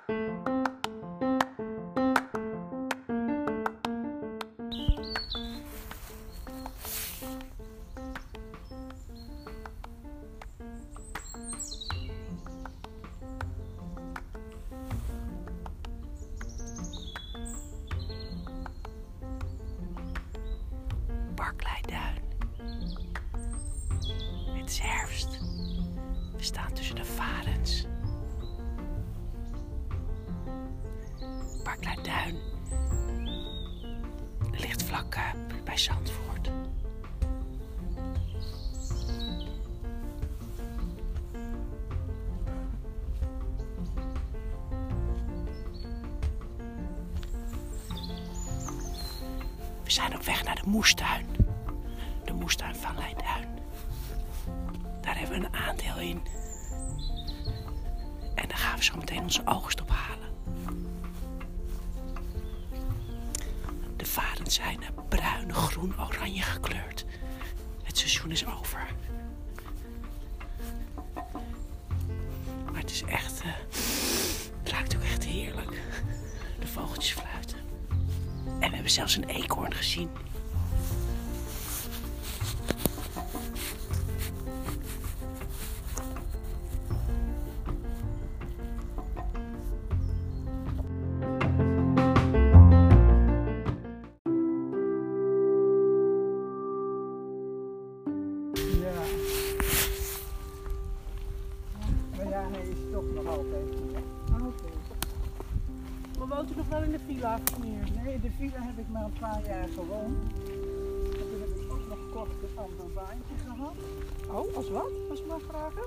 Barkleiduin. Het is herfst. We staan tussen de varens. Barkleiduin ligt vlak bij Zandvoort. We zijn op weg naar de moestuin. De moestuin van Leiduin. Daar hebben we een aandeel in. En daar gaan we zo meteen onze oogst ophalen. De varens zijn bruin, groen, oranje gekleurd. Het seizoen is over. Maar het is echt... het ruikt ook echt heerlijk. De vogeltjes fluiten. En we hebben zelfs een eekhoorn gezien. Ja. Maar ja, hij is toch nog altijd hier. Oké. Maar woont u nog wel in de villa of meer? Nee, de villa heb ik maar een paar jaar gewoond. En toen heb ik ook nog kort een ander baantje gehad. Oh, als wat? Als ik mag vragen?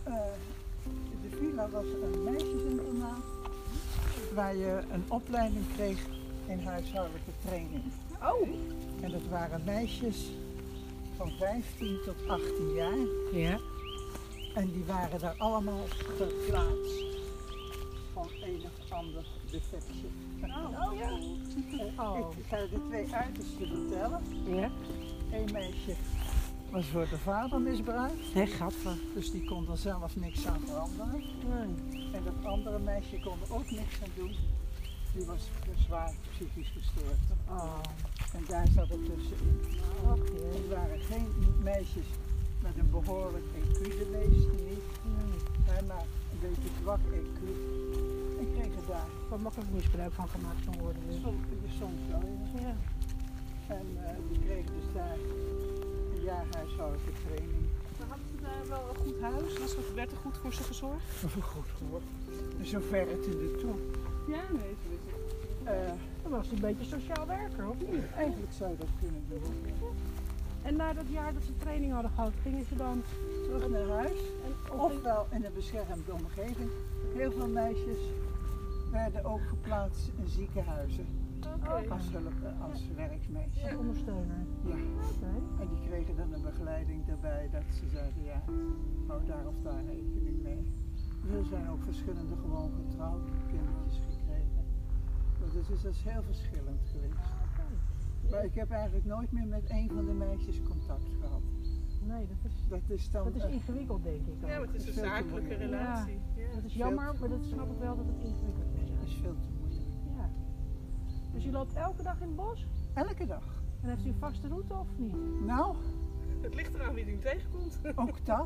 De villa was een meisjesinternaat waar je een opleiding kreeg in huishoudelijke training. Oh. En dat waren meisjes van 15 tot 18 jaar. Ja. En die waren daar allemaal verplaatst van een of ander defectje. Oh ja. Ik ga de twee uitersten vertellen. Ja. Eén meisje was door de vader misbruikt, Nee, gadver. dus die kon er zelf niks aan veranderen. Nee. En dat andere meisje kon er ook niks aan doen. Die was zwaar psychisch gestoord. Oh. En daar zat het tussenin. Och Het jee. waren geen meisjes met een behoorlijk EQ, de meeste niet. Nee. Maar een beetje zwak EQ. En kregen daar Waar makkelijk misbruik van gemaakt kan worden. Dus. soms wel. Ja. Ja. En die kregen dus daar een jaar huishoudelijke training. Maar hadden ze daar wel een goed huis? Werd er goed voor ze gezorgd? Goed hoor. Zover het er toe. Ja, nee, zo is het. Dan was hij een beetje sociaal werker, of niet? Eigenlijk zou je dat kunnen doen. En na dat jaar dat ze training hadden gehad, gingen ze dan Terug naar huis, en ofwel in een beschermde omgeving. Heel veel meisjes werden ook geplaatst in ziekenhuizen als hulp, als werkmeisje. als ondersteuner. Ja. Oké. En die kregen dan een begeleiding daarbij dat ze zeiden, ja, hou daar of daar rekening mee. Er zijn ook verschillende gewoon getrouwd, kindertjes gekregen. Dus dat is heel verschillend geweest. Maar ik heb eigenlijk nooit meer met een van de meisjes contact gehad. Nee, Dat is dan... dat is ingewikkeld, denk ik. Ja, maar het is een Veel te zakelijke moeilijk. relatie. Ja. Dat is jammer, maar dat snap ik wel dat het ingewikkeld dat is. is veel te moeilijk. Ja. Dus je loopt elke dag in het bos? Elke dag. En heeft u een vaste route of niet? Nou, Het ligt eraan wie u tegenkomt. ook dat.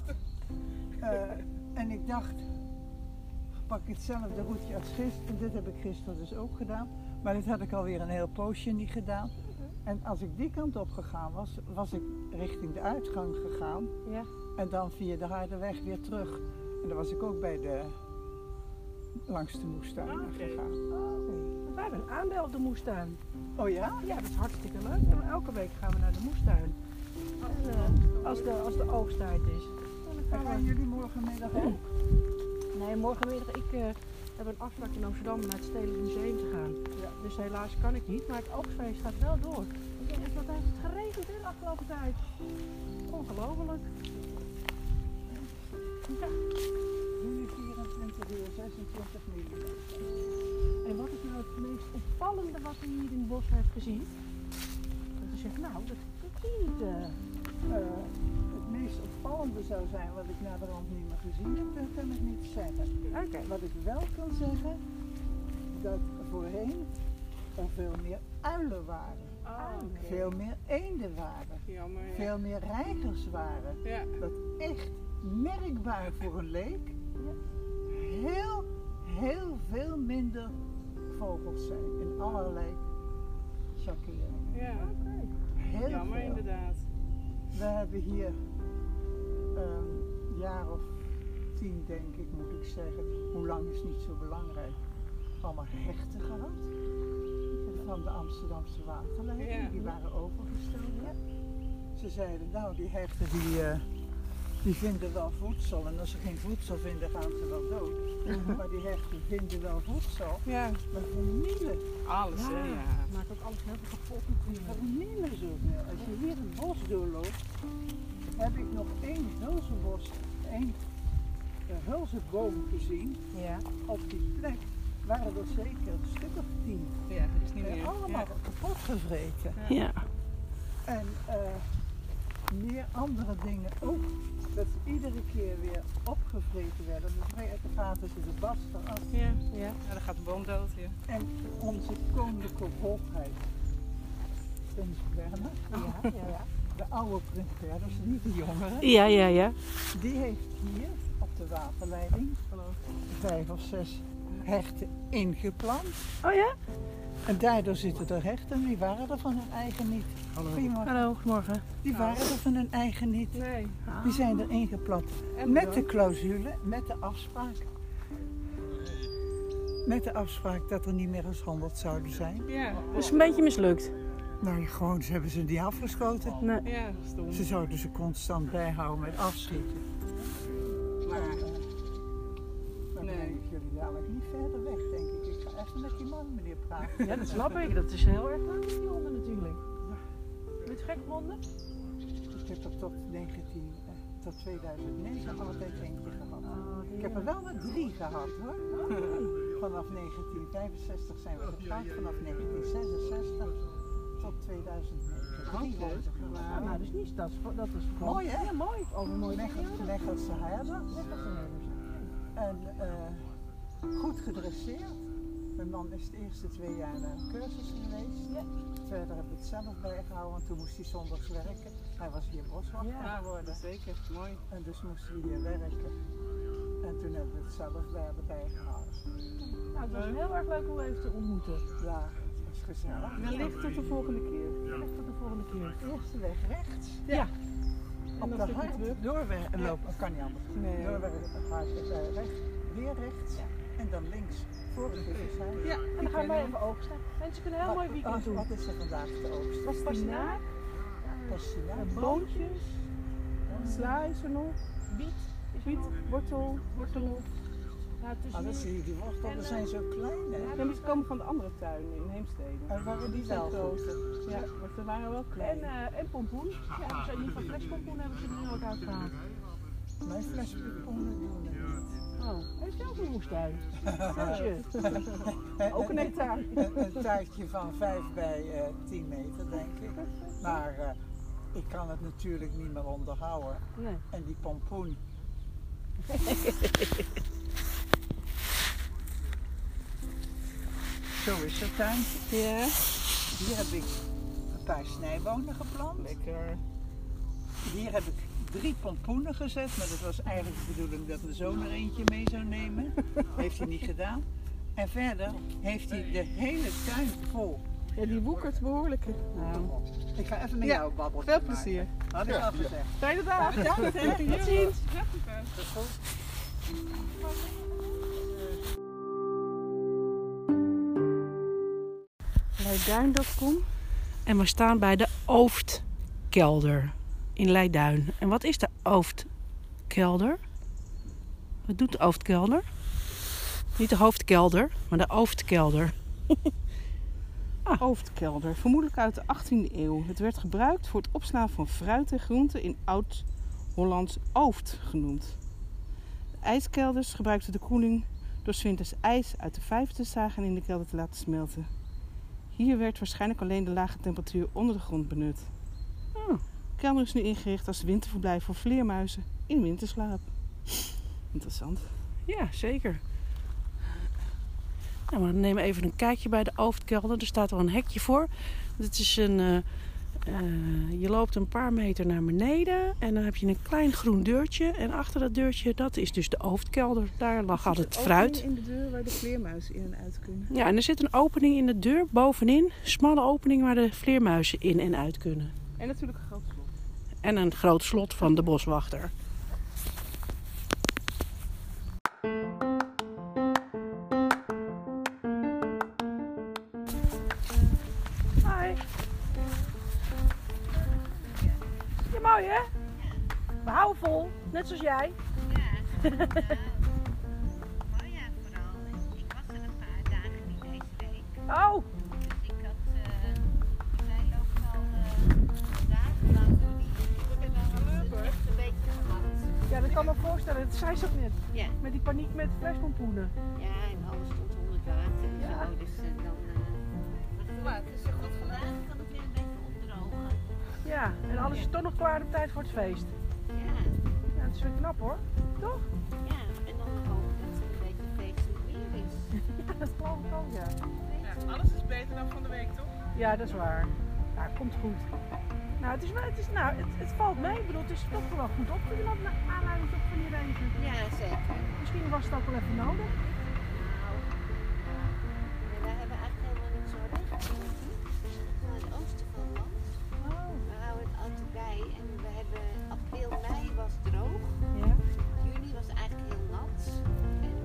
En ik dacht, pak hetzelfde routje als gisteren. Dit heb ik gisteren dus ook gedaan. Maar dit had ik alweer een heel poosje niet gedaan. En als ik die kant op gegaan was, was ik richting de uitgang gegaan. Ja. En dan via de harde weg weer terug. En dan was ik ook langs de moestuin gegaan. Wij hebben een aandeel op de moestuin. Oh ja? Ja, dat is hartstikke leuk. En elke week gaan we naar de moestuin. En, als de oogsttijd is. En dan En gaan gaan we... jullie morgenmiddag ook? Nee, morgenmiddag. Ik heb een afspraak in Amsterdam om naar het Stedelijk Museum te gaan. Ja. Dus helaas kan ik niet, maar het oogstfeest gaat wel door. Ik denk, wat heeft het geregend in de afgelopen tijd? Ongelooflijk. Ja. Nu 24 uur, 26 mm. En wat is nou het meest opvallende wat u hier in het bos heeft gezien? Dat u zegt, nou, dat zie je niet. Het meest opvallende zou zijn wat ik naderhand niet meer gezien heb, dat kan ik niet zeggen. Oké. Wat ik wel kan zeggen, dat voorheen er veel meer uilen waren. oké. Veel meer eenden waren. Jammer. Ja. Veel meer reigers waren. Ja. Dat echt merkbaar voor een leek heel veel minder vogels zijn in allerlei schakkeringen. Ja. Heel Jammer veel. inderdaad. We hebben hier een jaar of 10 denk ik moet ik zeggen, hoe lang is niet zo belangrijk, allemaal hechten gehad van de Amsterdamse waterleiding, Ja. die waren overgestoken. Ze zeiden nou die hechten die vinden wel voedsel en als ze geen voedsel vinden gaan ze wel dood. Maar die hechten vinden wel voedsel, Ja. maar vernielen. Alles, hè? Ja. Maakt ook alles heel veel kapot natuurlijk. Vernielen zoveel. Als je hier het bos doorloopt, heb ik nog één hulzenboom gezien. Ja. Op die plek waren er zeker een stuk of 10. Ja, dat is niet En meer. allemaal Ja. kapot gevreten. Ja. En meer andere dingen ook. Dat ze iedere keer weer opgevreten werden. Dan gaten ze de bast eraf. Ja. Ja. Ja, dan gaat de boom dood. Ja. En onze koninklijke hoogheid, Prins Bernhard, Ja. de oude Prins Bernhard, dus niet de jongere, Ja, ja, ja. die heeft hier op de waterleiding 5 of 6 hechten ingeplant. Oh ja? En daardoor zitten er hechten, die waren er van hun eigen niet. Goedemorgen. Hallo, goedemorgen. Die waren er van hun eigen niet. Nee. Die zijn er ingeplant. En Met dan? de clausule, met de afspraak. Met de afspraak dat er niet meer eens 100 zouden zijn. Ja. Dat is een beetje mislukt. Nou, gewoon, ze hebben ze niet afgeschoten. Nee. Ja, stom. Ze zouden ze constant bijhouden met afschieten. Maar dan Nee. denk ik, jullie dadelijk niet verder weg, denk ik. Ik ga even met die man, meneer, praten. Ja, dat snap ik. Dat is heel erg leuk met die honden natuurlijk. Met gek honden? Ik heb er tot 2009 altijd eentje gehad. Ik heb er wel maar 3 gehad hoor. Vanaf 1965 zijn we getrouwd, vanaf 1966 tot 2009. 3 honden. Ja, nou, dus niet, dat is Mooi hè? Ja, mooi. Over mooi. Mechelse herders. En goed gedresseerd. Mijn man is de eerste 2 jaar naar een cursus geweest. Verder heb ik het zelf bijgehouden, want toen moest hij zondags werken. Hij was hier boswachter Ja, geworden. zeker. Mooi. En dus moest hij hier werken. En toen hebben we het zelf erbij gehouden. Nou, het was heel erg leuk om even te ontmoeten. Ja, het was gezellig. Wellicht tot de volgende keer. Echt tot de volgende keer. Eerste weg rechts. Ja. Op dan de stukje hart terug. doorweg en lopen. Dat kan niet anders. Nee. Doorweg, rechts, weer rechts. En dan links voor het vissershuis. Ja, En dan gaan wij even oogsten. Mensen kunnen een heel mooi weekend doen. Wat is er vandaag te oogsten? Pastinaak, Pastinaak. boontjes, sla is er nog, wiet, wortel. Ja, tussen Ah, dat zie je, die wortels zijn zo klein hè. Ja, maar ze komen van de andere tuinen in Heemstede. En waren die zijn wel groot. goed? Ja, maar ze waren wel klein. en pompoen. Ja, dus in ieder geval flexpompoen hebben ze er nu ook uitgehaald. Mijn flespoenen doen het niet. Oh, hij is zelf een moestuin. Flesje. Ook een hectare. Een tuintje van 5 bij 10 meter denk ik. Maar ik kan het natuurlijk niet meer onderhouden. Nee. En die pompoen. Zo is het tuintje. Ja. Hier heb ik een paar snijbonen geplant. Lekker. Hier heb ik 3 pompoenen gezet, maar dat was eigenlijk de bedoeling dat mijn zoon er eentje mee zou nemen. Heeft hij niet gedaan. En verder heeft hij de hele tuin vol. Ja, die woekert behoorlijk. Nou, ik ga even met Ja, jou babbelen. Veel plezier. Had ik al gezegd. Fijne dag. Bedankt hè. Tot ziens. Leiduin.com. En we staan bij de Oostkelder in Leiduin. En wat is de Oostkelder? Wat doet de Oostkelder? Niet de hoofdkelder, maar de Oostkelder. Hoofdkelder, vermoedelijk uit de 18e eeuw. Het werd gebruikt voor het opslaan van fruit en groenten in Oud-Hollands Ooft genoemd. De ijskelders gebruikten de koeling door 's winters ijs uit de vijver te zagen en in de kelder te laten smelten. Hier werd waarschijnlijk alleen de lage temperatuur onder de grond benut. De kelder is nu ingericht als winterverblijf voor vleermuizen in winterslaap. Interessant. Ja, zeker. Nou, we nemen even een kijkje bij de Ooftkelder. Er staat al een hekje voor. Het is je loopt een paar meter naar beneden en dan heb je een klein groen deurtje. En achter dat deurtje, dat is dus de Ooftkelder. Daar lag altijd fruit. in de deur waar de vleermuizen in en uit kunnen. Ja, en er zit een opening in de deur bovenin. Smalle opening waar de vleermuizen in en uit kunnen. En natuurlijk een groot slot. En een groot slot van de boswachter. Hi. Ja, mooi hè? We houden vol, net zoals jij. Ja, nou ja, vooral. Ik was er een paar dagen niet deze week. Oh, Dus ik had, wij lopen al dagenlang door die. Ik heb wel echt een beetje gehad. ja, dat kan me voorstellen. Dat zei ze ook net. Ja, Met die paniek met flespompoenen. ja, en alles stond onder het water en Ja. zo. Dus dan. Maar het is er goed gedaan, kan het weer een beetje opdrogen. Ja, en alles is toch nog klaar op tijd voor het feest. Ja, Ja, het is weer knap hoor. Toch? ja, en dan hoop ik dat het een beetje feestelijk weer is. Ja, dat geloof ik ook, ja. Ja, alles is beter dan van de week, toch? Ja, dat is waar. Ja, komt goed. Nou, het valt mee. Ik bedoel, het is toch wel goed opgeknapt naar aanleiding van die regen. Ja, zeker. Misschien was het ook wel even nodig. Nou, nee, wij hebben eigenlijk helemaal niet zo recht. Van het oosten van het land. Oh. We houden het altijd bij en we hebben april, mei was droog. Ja. Juni was eigenlijk heel nat. En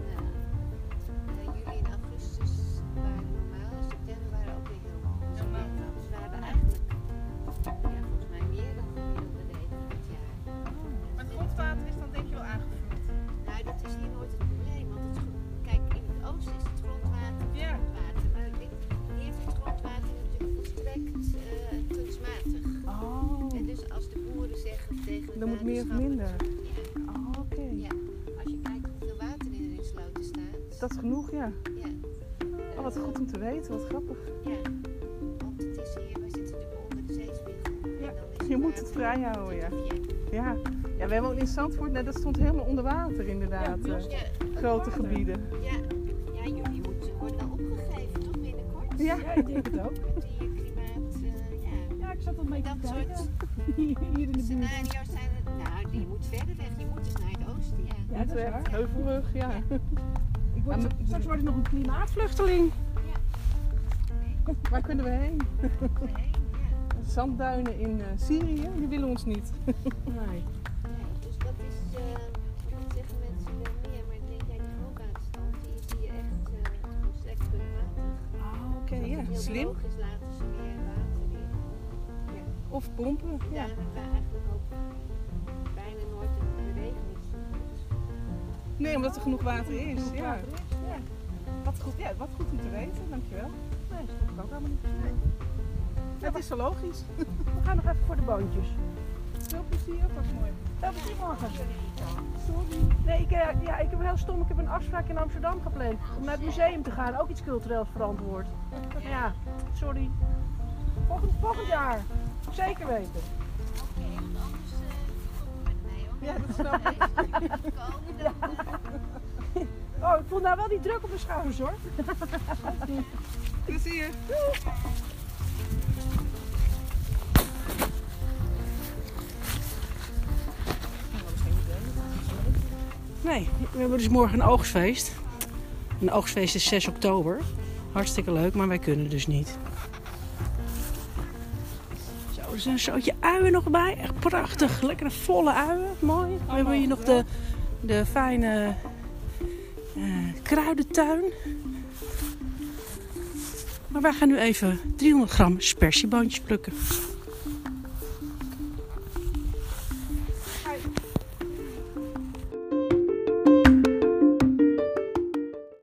juli en augustus waren normaal. En september waren ook weer heel nat. Dus we hebben eigenlijk volgens mij meer dan gemiddelde regen dit jaar. Maar het grondwater is dan denk je wel aangevuld. Nou, dat is hier nooit het probleem. Want kijk, in het oosten is het grondwater Ja. grondwater. Maar hier heeft het grondwater natuurlijk volstrekt kunstmatig. Oh. En dus als de boeren zeggen tegen het Er moet meer of waterschap- minder. Ja, Oh, oké. ja. Als je kijkt hoeveel water er in sloten staat. Dat is genoeg, ja. Ja. Oh, wat goed om te weten, wat grappig. Ja. Want het is hier, wij zitten natuurlijk onder de zeespiegel. Ja, En dan is je moet water het vrij houden, ja. Ja. Ja, ja, wij wonen in Zandvoort, nou, dat stond helemaal onder water inderdaad. Ja, klopt. Ja. Grote gebieden. Ja. Ja, jullie worden al opgegeven toch binnenkort? Ja. Ja, ik denk het ook. Met die klimaat, ja. Ja, ik zat al mee te Dat kijken. soort Hier in de buurt. scenario's zijn het. Nou, die moet verder weg. Die moet dus naar het oosten, ja. Ja, dat is Utrecht, waar. Heuvelrug, ja. Ik word, straks word ik nog een klimaatvluchteling. Waar kunnen we heen? Heen, ja. Zandduinen in Syrië, die willen ons niet. Nee. Nee, dus dat is, dat zeggen mensen wel meer, maar denk jij die grondwaterstand, die is hier echt volstrekt kunstmatig. Oh, oké. Als ja, het heel slim. droog is, laten ze meer water in. Of pompen, Daar ja. hebben we eigenlijk ook bijna nooit de regen niet zo goed. Nee, omdat er genoeg water is. Genoeg Ja. water is, ja. Wat goed om te weten, dankjewel. Nee, dat stond ik ook helemaal niet precies. Het is zo logisch. We gaan nog even voor de boontjes. Veel plezier, het was mooi. Veel plezier morgen. Sorry. Nee, ik heb heel stom. Ik heb een afspraak in Amsterdam gepland. Om naar het museum te gaan. Ook iets cultureels verantwoord. Ja, sorry. Volgend jaar. Zeker weten. Oké, want anders kom je met mij hoor. Ja, dat snap ik. Oh, ik voel nou wel die druk op mijn schouders hoor. Plezier. Nee, we hebben dus morgen een oogstfeest. Een oogstfeest is 6 oktober. Hartstikke leuk, maar wij kunnen dus niet. Zo, er zijn een zootje uien nog bij. Echt prachtig. Lekkere volle uien. Mooi. We hebben hier nog de fijne kruidentuin. Maar wij gaan nu even 300 gram spersieboontjes plukken.